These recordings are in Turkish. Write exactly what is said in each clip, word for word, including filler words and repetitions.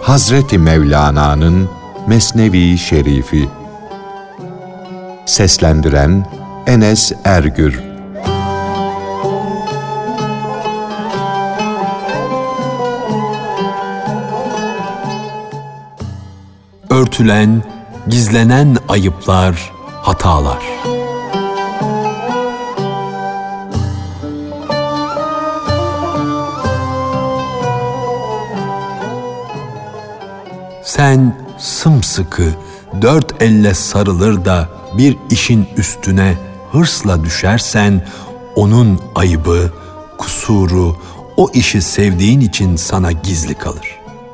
Hazreti Mevlana'nın Mesnevi Şerifi. Seslendiren Enes Ergür. Örtülen, gizlenen ayıplar, hatalar. Sen sımsıkı dört elle sarılır da bir işin üstüne hırsla düşersen, onun ayıbı, kusuru, o işi sevdiğin için sana gizli kalır.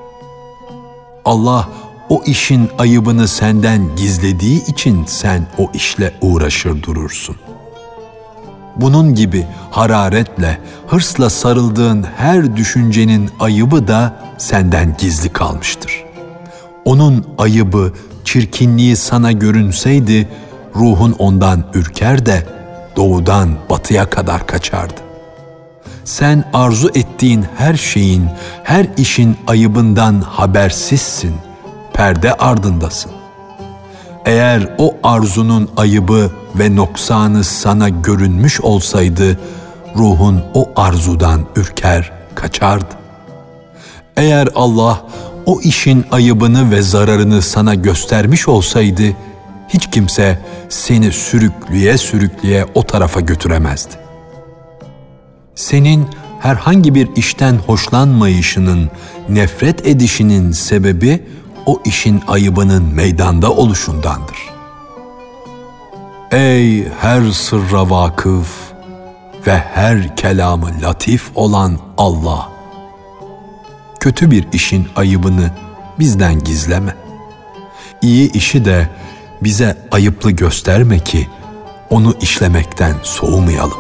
Allah o işin ayıbını senden gizlediği için sen o işle uğraşır durursun. Bunun gibi hararetle, hırsla sarıldığın her düşüncenin ayıbı da senden gizli kalmıştır. Onun ayıbı, çirkinliği sana görünseydi, ruhun ondan ürker de doğudan batıya kadar kaçardı. Sen arzu ettiğin her şeyin, her işin ayıbından habersizsin, perde ardındasın. Eğer o arzunun ayıbı ve noksanı sana görünmüş olsaydı, ruhun o arzudan ürker, kaçardı. Eğer Allah o işin ayıbını ve zararını sana göstermiş olsaydı, hiç kimse seni sürükleye sürükleye o tarafa götüremezdi. Senin herhangi bir işten hoşlanmayışının, nefret edişinin sebebi o işin ayıbının meydanda oluşundandır. Ey her sırra vakıf ve her kelamı latif olan Allah! Kötü bir işin ayıbını bizden gizleme. İyi işi de bize ayıplı gösterme ki onu işlemekten soğumayalım.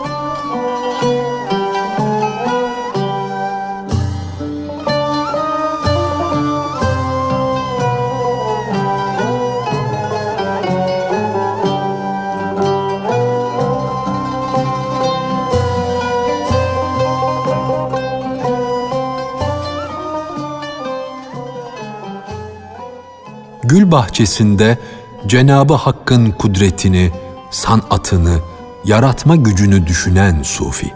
Gül bahçesinde Cenab-ı Hakk'ın kudretini, sanatını, yaratma gücünü düşünen Sufi.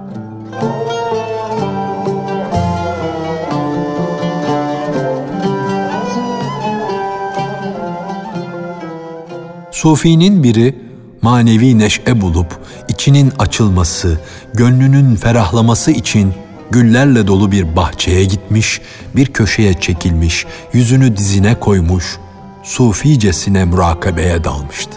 Sufinin biri manevi neşe bulup içinin açılması, gönlünün ferahlaması için güllerle dolu bir bahçeye gitmiş, bir köşeye çekilmiş, yüzünü dizine koymuş, suficesine murakabeye dalmıştı.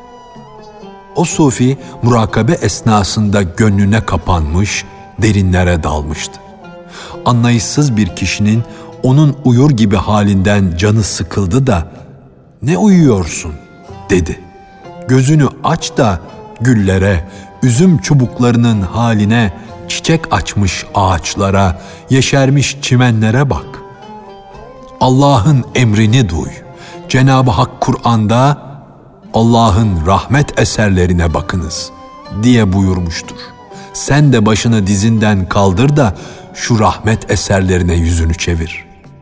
O sufi, murakabe esnasında gönlüne kapanmış, derinlere dalmıştı. Anlayışsız bir kişinin onun uyur gibi halinden canı sıkıldı da, "Ne uyuyorsun?" dedi. "Gözünü aç da güllere, üzüm çubuklarının haline, çiçek açmış ağaçlara, yeşermiş çimenlere bak. Allah'ın emrini duy. Cenab-ı Hak Kur'an'da Allah'ın rahmet eserlerine bakınız diye buyurmuştur. Sen de başını dizinden kaldır da şu rahmet eserlerine yüzünü çevir."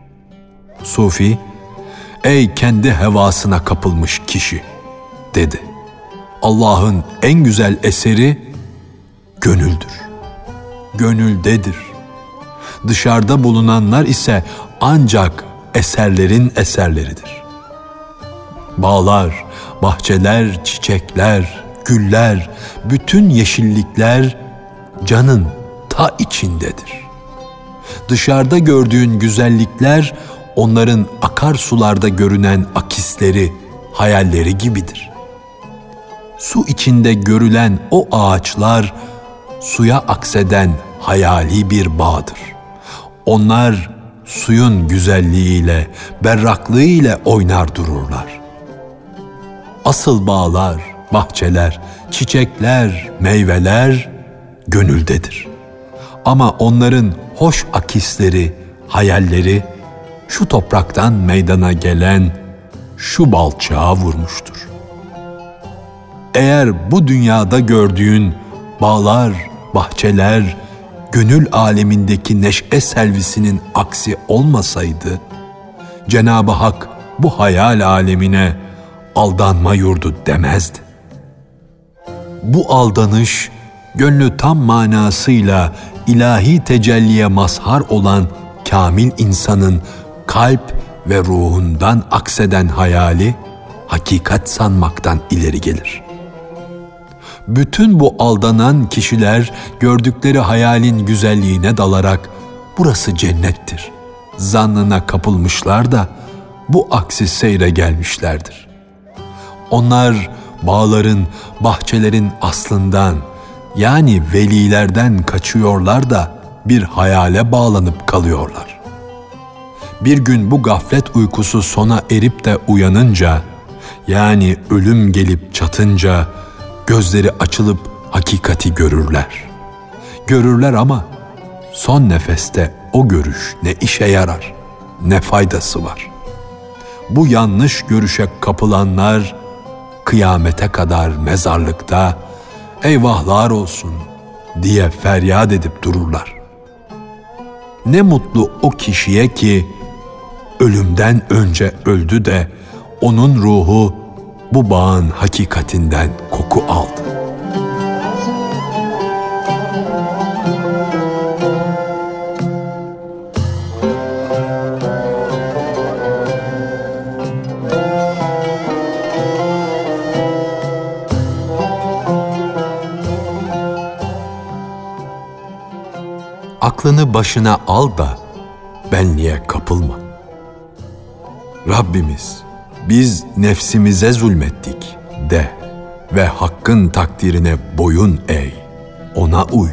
Sufi, "Ey kendi hevasına kapılmış kişi," dedi. "Allah'ın en güzel eseri gönüldür. Gönüldedir. Dışarıda bulunanlar ise ancak eserlerin eserleridir. Bağlar, bahçeler, çiçekler, güller, bütün yeşillikler canın ta içindedir. Dışarıda gördüğün güzellikler onların akarsularda görünen akisleri, hayalleri gibidir. Su içinde görülen o ağaçlar suya akseden hayali bir bağdır. Onlar suyun güzelliğiyle, berraklığıyla oynar dururlar. Asıl bağlar, bahçeler, çiçekler, meyveler gönüldedir. Ama onların hoş akisleri, hayalleri şu topraktan meydana gelen şu balçığa vurmuştur. Eğer bu dünyada gördüğün bağlar, bahçeler, gönül alemindeki neşe selvisinin aksi olmasaydı, Cenab-ı Hak bu hayal alemine aldanma yurdu demezdi. Bu aldanış, gönlü tam manasıyla ilahi tecelliye mazhar olan kamil insanın kalp ve ruhundan akseden hayali, hakikat sanmaktan ileri gelir. Bütün bu aldanan kişiler gördükleri hayalin güzelliğine dalarak burası cennettir zannına kapılmışlar da bu aksi seyre gelmişlerdir. Onlar bağların, bahçelerin aslından, yani velilerden kaçıyorlar da bir hayale bağlanıp kalıyorlar. Bir gün bu gaflet uykusu sona erip de uyanınca, yani ölüm gelip çatınca gözleri açılıp hakikati görürler. Görürler ama son nefeste o görüş ne işe yarar, ne faydası var. Bu yanlış görüşe kapılanlar kıyamete kadar mezarlıkta eyvahlar olsun diye feryat edip dururlar. Ne mutlu o kişiye ki ölümden önce öldü de onun ruhu bu bağın hakikatinden koku aldı. Aklını başına al da benliğe kapılma. Rabbimiz, biz nefsimize zulmettik de ve Hakk'ın takdirine boyun eğ, ona uy.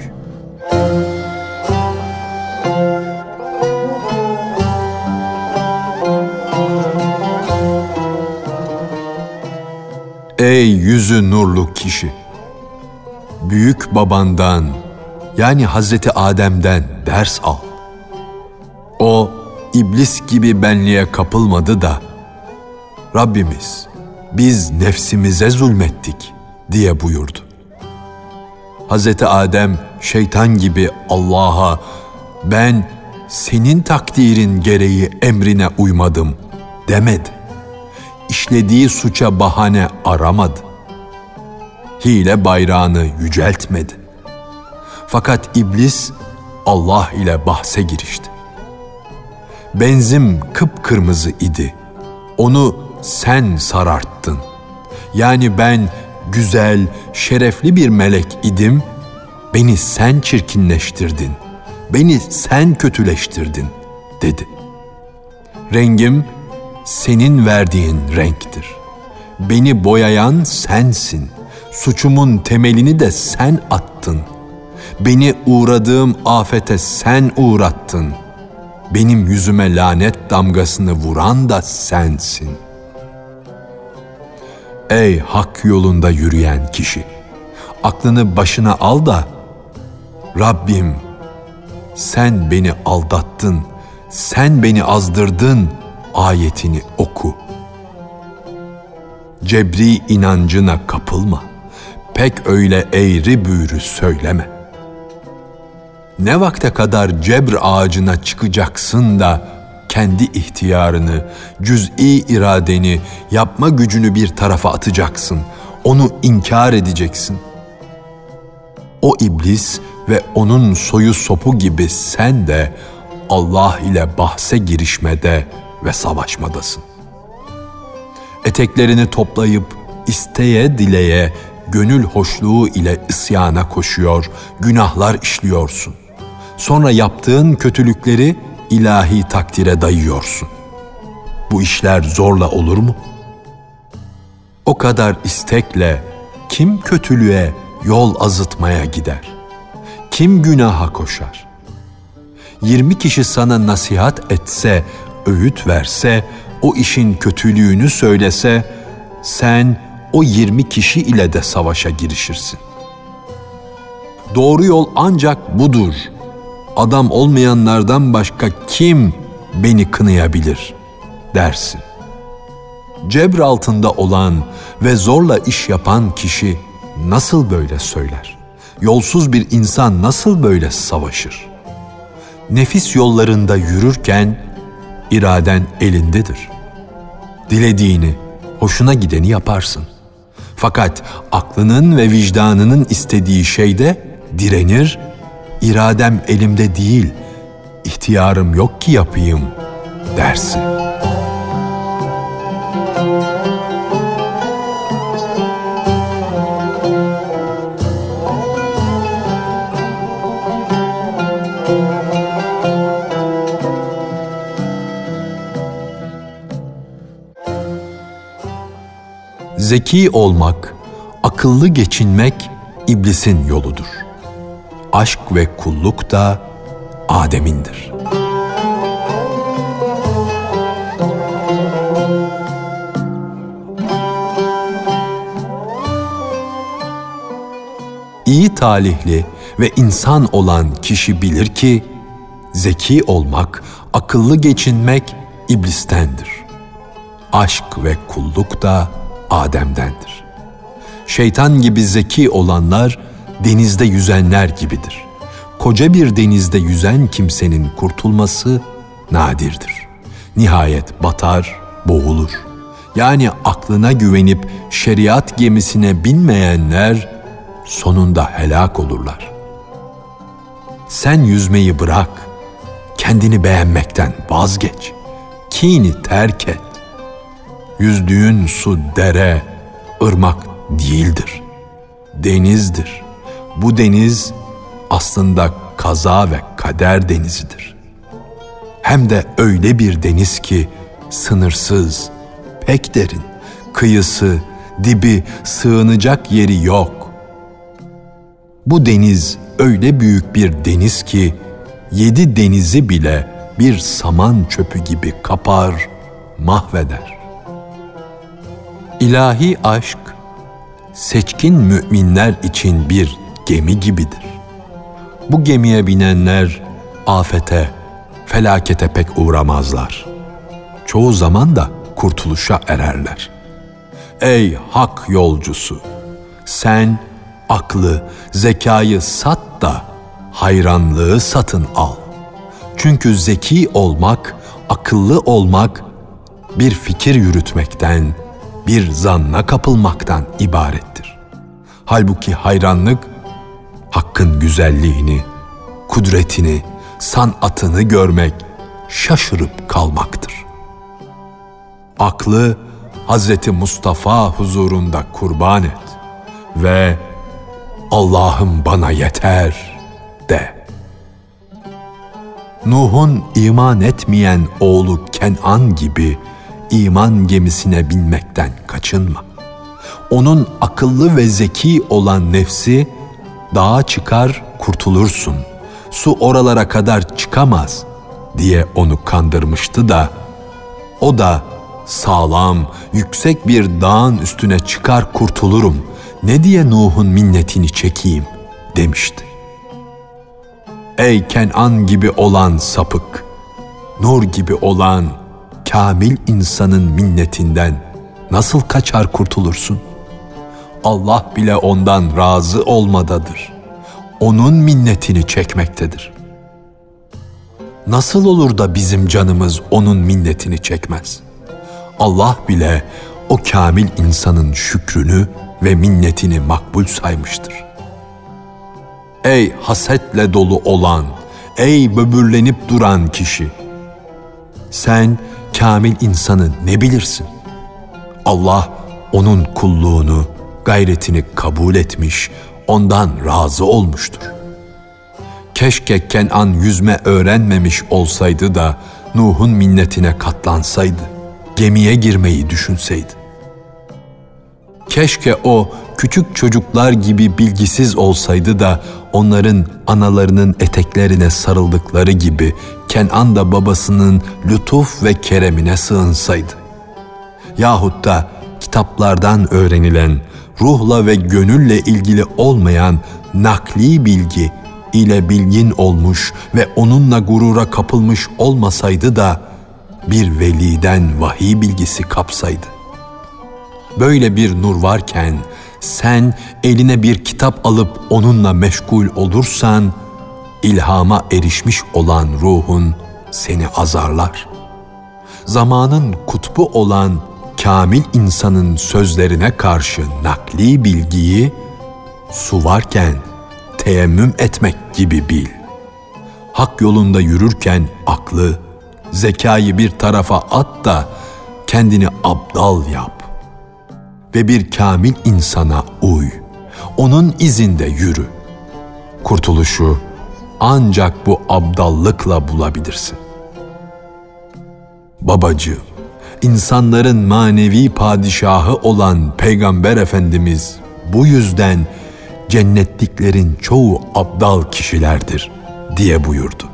Ey yüzü nurlu kişi! Büyük babandan, yani Hazreti Adem'den ders al. O, iblis gibi benliğe kapılmadı da, Rabbimiz, biz nefsimize zulmettik diye buyurdu. Hazreti Adem, şeytan gibi Allah'a, ben senin takdirin gereği emrine uymadım demedi. İşlediği suça bahane aramadı. Hile bayrağını yüceltmedi. Fakat iblis Allah ile bahse girişti. Benzim kıpkırmızı idi. Onu sen sararttın. Yani ben güzel, şerefli bir melek idim. Beni sen çirkinleştirdin. Beni sen kötüleştirdin, dedi. Rengim senin verdiğin renktir. Beni boyayan sensin. Suçumun temelini de sen attın. Beni uğradığım afete sen uğrattın. Benim yüzüme lanet damgasını vuran da sensin. Ey hak yolunda yürüyen kişi! Aklını başına al da, Rabbim, sen beni aldattın, sen beni azdırdın ayetini oku. Cebri inancına kapılma, pek öyle eğri büğrü söyleme. Ne vakte kadar cebr ağacına çıkacaksın da kendi ihtiyarını, cüz'i iradeni, yapma gücünü bir tarafa atacaksın, onu inkar edeceksin. O iblis ve onun soyu sopu gibi sen de Allah ile bahse girişmede ve savaşmadasın. Eteklerini toplayıp isteye dileye, gönül hoşluğu ile isyana koşuyor, günahlar işliyorsun. Sonra yaptığın kötülükleri ilahi takdire dayıyorsun. Bu işler zorla olur mu? O kadar istekle kim kötülüğe yol azıtmaya gider? Kim günaha koşar? Yirmi kişi sana nasihat etse, öğüt verse, o işin kötülüğünü söylese, sen o yirmi kişi ile de savaşa girişirsin. Doğru yol ancak budur. Adam olmayanlardan başka kim beni kınayabilir dersin. Cebr altında olan ve zorla iş yapan kişi nasıl böyle söyler? Yolsuz bir insan nasıl böyle savaşır? Nefis yollarında yürürken iraden elindedir. Dilediğini, hoşuna gideni yaparsın. Fakat aklının ve vicdanının istediği şeyde direnir, iradem elimde değil, ihtiyarım yok ki yapayım dersin. Zeki olmak, akıllı geçinmek iblisin yoludur. Aşk ve kulluk da Adem'indir. İyi talihli ve insan olan kişi bilir ki, zeki olmak, akıllı geçinmek iblistendir. Aşk ve kulluk da Adem'dendir. Şeytan gibi zeki olanlar denizde yüzenler gibidir. Koca bir denizde yüzen kimsenin kurtulması nadirdir. Nihayet batar, boğulur. Yani aklına güvenip şeriat gemisine binmeyenler sonunda helak olurlar. Sen yüzmeyi bırak, kendini beğenmekten vazgeç, kini terk et. Yüzdüğün su dere, ırmak değildir, denizdir. Bu deniz aslında kaza ve kader denizidir. Hem de öyle bir deniz ki sınırsız, pek derin, kıyısı, dibi, sığınacak yeri yok. Bu deniz öyle büyük bir deniz ki yedi denizi bile bir saman çöpü gibi kapar, mahveder. İlahi aşk, seçkin müminler için bir gemi gibidir. Bu gemiye binenler afete, felakete pek uğramazlar. Çoğu zaman da kurtuluşa ererler. Ey hak yolcusu! Sen aklı, zekayı sat da hayranlığı satın al. Çünkü zeki olmak, akıllı olmak, bir fikir yürütmekten, bir zanna kapılmaktan ibarettir. Halbuki hayranlık, Hakk'ın güzelliğini, kudretini, sanatını görmek, şaşırıp kalmaktır. Aklı Hazreti Mustafa huzurunda kurban et ve Allah'ım bana yeter de. Nuh'un iman etmeyen oğlu Kenan gibi iman gemisine binmekten kaçınma. Onun akıllı ve zeki olan nefsi dağa çıkar kurtulursun, su oralara kadar çıkamaz diye onu kandırmıştı da, o da sağlam, yüksek bir dağın üstüne çıkar kurtulurum, ne diye Nuh'un minnetini çekeyim demişti. Ey Kenan gibi olan sapık, nur gibi olan kamil insanın minnetinden nasıl kaçar kurtulursun? Allah bile ondan razı olmadadır. Onun minnetini çekmektedir. Nasıl olur da bizim canımız onun minnetini çekmez? Allah bile o kamil insanın şükrünü ve minnetini makbul saymıştır. Ey hasetle dolu olan, ey böbürlenip duran kişi! Sen kamil insanı ne bilirsin? Allah onun kulluğunu, gayretini kabul etmiş, ondan razı olmuştur. Keşke Kenan yüzme öğrenmemiş olsaydı da Nuh'un minnetine katlansaydı, gemiye girmeyi düşünseydi. Keşke o küçük çocuklar gibi bilgisiz olsaydı da onların analarının eteklerine sarıldıkları gibi Kenan da babasının lütuf ve keremine sığınsaydı. Yahut da kitaplardan öğrenilen, ruhla ve gönülle ilgili olmayan nakli bilgi ile bilgin olmuş ve onunla gurura kapılmış olmasaydı da bir veliden vahiy bilgisi kapsaydı. Böyle bir nur varken sen eline bir kitap alıp onunla meşgul olursan, ilhama erişmiş olan ruhun seni azarlar. zamanın kutbu olan kamil insanın sözlerine karşı nakli bilgiyi su varken teyemmüm etmek gibi bil. Hak yolunda yürürken aklı, zekayı bir tarafa at da kendini abdal yap. Ve bir kamil insana uy, onun izinde yürü. Kurtuluşu ancak bu abdallıkla bulabilirsin. Babacığım, insanların manevi padişahı olan Peygamber Efendimiz bu yüzden cennetliklerin çoğu abdal kişilerdir diye buyurdu.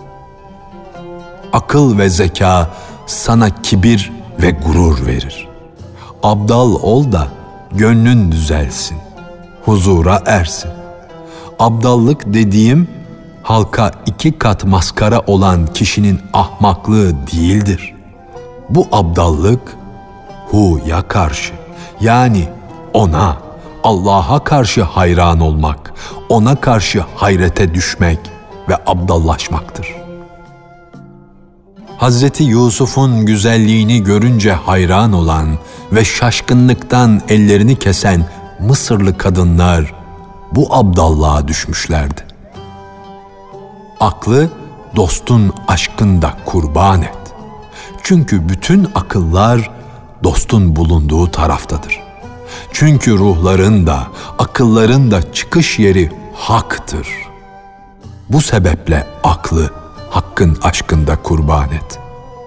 Akıl ve zeka sana kibir ve gurur verir. Abdal ol da gönlün düzelsin, huzura ersin. Abdallık dediğim halka iki kat maskara olan kişinin ahmaklığı değildir. Bu abdallık hu'ya karşı, yani ona, Allah'a karşı hayran olmak, ona karşı hayrete düşmek ve abdallaşmaktır. Hazreti Yusuf'un güzelliğini görünce hayran olan ve şaşkınlıktan ellerini kesen Mısırlı kadınlar bu abdallığa düşmüşlerdi. Aklı dostun aşkında kurban et. Çünkü bütün akıllar dostun bulunduğu taraftadır. Çünkü ruhların da, akılların da çıkış yeri haktır. Bu sebeple aklı Hakkın aşkında kurban et.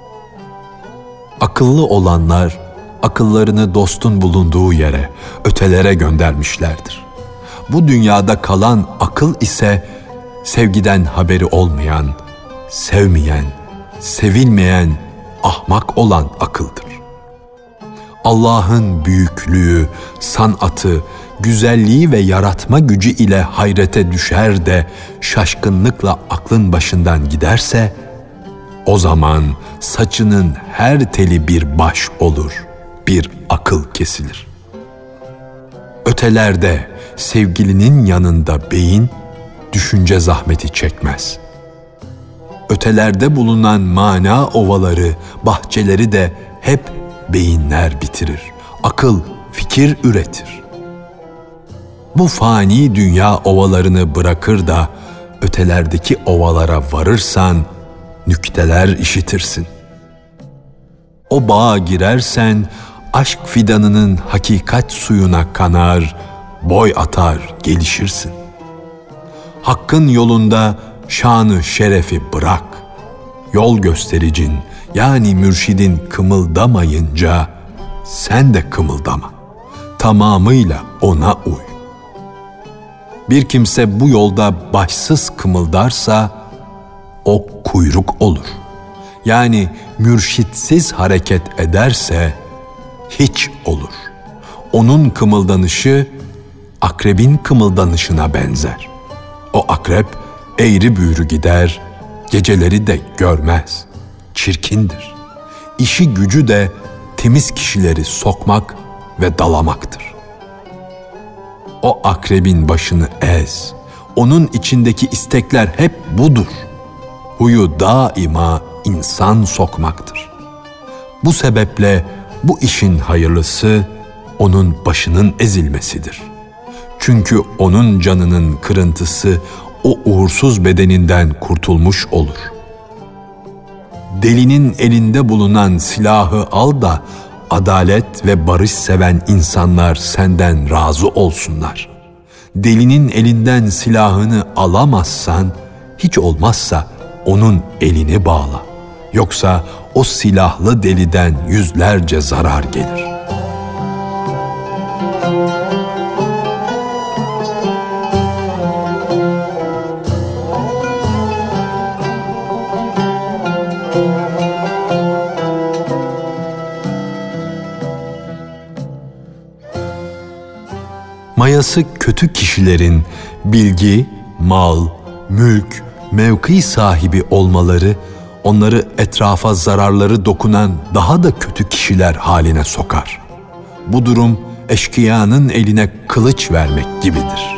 Akıllı olanlar akıllarını dostun bulunduğu yere, ötelere göndermişlerdir. Bu dünyada kalan akıl ise sevgiden haberi olmayan, sevmeyen, sevilmeyen, ahmak olan akıldır. Allah'ın büyüklüğü, sanatı, güzelliği ve yaratma gücü ile hayrete düşer de şaşkınlıkla aklın başından giderse, o zaman saçının her teli bir baş olur, bir akıl kesilir. Ötelerde sevgilinin yanında beyin, düşünce zahmeti çekmez. Ötelerde bulunan mana ovaları, bahçeleri de hep beyinler bitirir. Akıl, fikir üretir. Bu fani dünya ovalarını bırakır da ötelerdeki ovalara varırsan nükteler işitirsin. O bağa girersen aşk fidanının hakikat suyuna kanar, boy atar, gelişirsin. Hakkın yolunda şanı şerefi bırak. Yol göstericin yani mürşidin kımıldamayınca sen de kımıldama. Tamamıyla ona uy. Bir kimse bu yolda başsız kımıldarsa o kuyruk olur. Yani mürşitsiz hareket ederse hiç olur. Onun kımıldanışı akrebin kımıldanışına benzer. O akrep eğri büğrü gider, geceleri de görmez. Çirkindir. İşi gücü de temiz kişileri sokmak ve dalamaktır. O akrebin başını ez. Onun içindeki istekler hep budur. Huyu daima insan sokmaktır. Bu sebeple bu işin hayırlısı onun başının ezilmesidir. Çünkü onun canının kırıntısı o uğursuz bedeninden kurtulmuş olur. Delinin elinde bulunan silahı al da adalet ve barış seven insanlar senden razı olsunlar. Delinin elinden silahını alamazsan hiç olmazsa onun elini bağla. Yoksa o silahlı deliden yüzlerce zarar gelir. Mayası kötü kişilerin bilgi, mal, mülk, mevki sahibi olmaları, onları etrafa zararları dokunan daha da kötü kişiler haline sokar. Bu durum eşkıyanın eline kılıç vermek gibidir.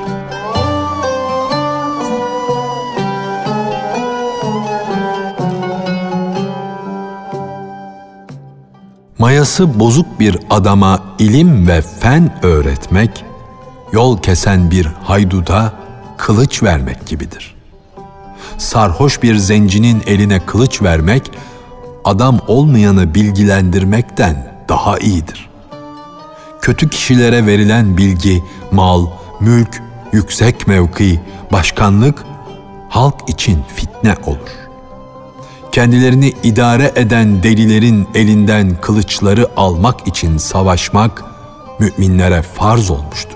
Mayası bozuk bir adama ilim ve fen öğretmek, yol kesen bir hayduda kılıç vermek gibidir. Sarhoş bir zencinin eline kılıç vermek, adam olmayanı bilgilendirmekten daha iyidir. Kötü kişilere verilen bilgi, mal, mülk, yüksek mevki, başkanlık, halk için fitne olur. Kendilerini idare eden delilerin elinden kılıçları almak için savaşmak, müminlere farz olmuştur.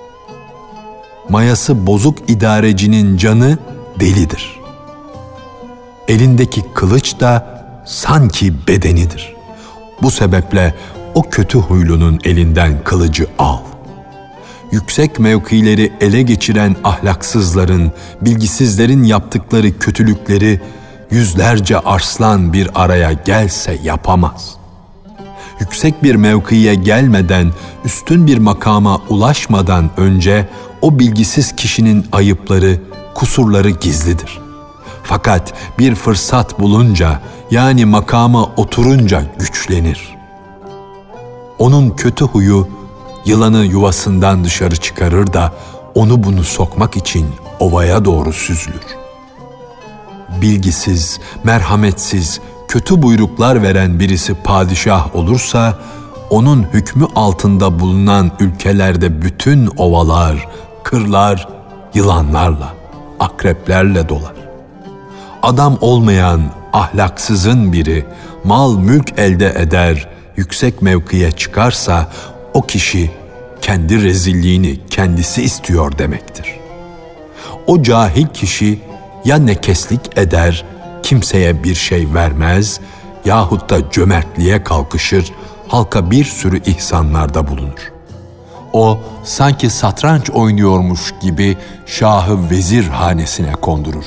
Mayası bozuk idarecinin canı delidir. Elindeki kılıç da sanki bedenidir. Bu sebeple o kötü huylunun elinden kılıcı al. Yüksek mevkileri ele geçiren ahlaksızların, bilgisizlerin yaptıkları kötülükleri yüzlerce arslan bir araya gelse yapamaz. Yüksek bir mevkiye gelmeden, üstün bir makama ulaşmadan önce o bilgisiz kişinin ayıpları, kusurları gizlidir. Fakat bir fırsat bulunca, yani makama oturunca güçlenir. Onun kötü huyu yılanı yuvasından dışarı çıkarır da onu bunu sokmak için ovaya doğru süzülür. Bilgisiz, merhametsiz, kötü buyruklar veren birisi padişah olursa, onun hükmü altında bulunan ülkelerde bütün ovalar, kırlar, yılanlarla, akreplerle dolar. Adam olmayan, ahlaksızın biri mal mülk elde eder, yüksek mevkiye çıkarsa, o kişi kendi rezilliğini kendisi istiyor demektir. O cahil kişi ya nekeslik eder, kimseye bir şey vermez yahut da cömertliğe kalkışır, halka bir sürü ihsanlarda bulunur. O sanki satranç oynuyormuş gibi şahı vezir hanesine kondurur.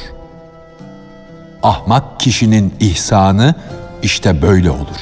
Ahmak kişinin ihsanı işte böyle olur.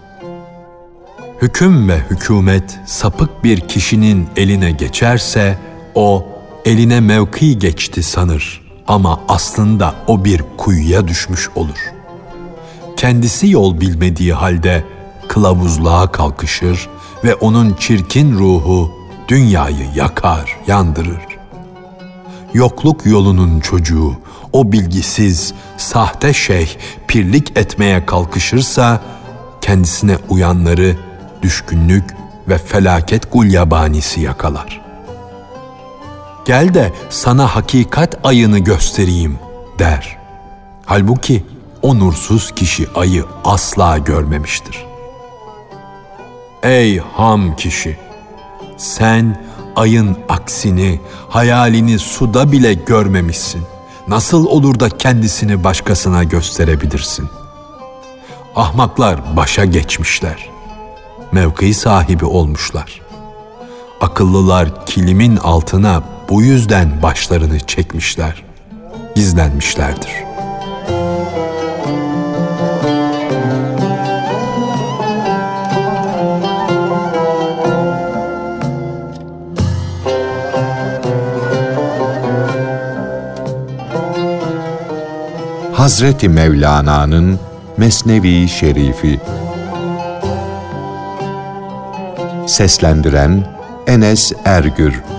Hüküm ve hükümet sapık bir kişinin eline geçerse, o eline mevki geçti sanır ama aslında o bir kuyuya düşmüş olur. Kendisi yol bilmediği halde kılavuzluğa kalkışır ve onun çirkin ruhu dünyayı yakar, yandırır. Yokluk yolunun çocuğu, o bilgisiz, sahte şeyh pirlik etmeye kalkışırsa, kendisine uyanları düşkünlük ve felaket gulyabanisi yakalar. Gel de sana hakikat ayını göstereyim der. Halbuki o nursuz kişi ayı asla görmemiştir. Ey ham kişi! Sen ayın aksini, hayalini suda bile görmemişsin. Nasıl olur da kendisini başkasına gösterebilirsin? Ahmaklar başa geçmişler. Mevki sahibi olmuşlar. Akıllılar kilimin altına bu yüzden başlarını çekmişler, gizlenmişlerdir. Hazreti Mevlana'nın Mesnevi Şerifi. Seslendiren Enes Ergür.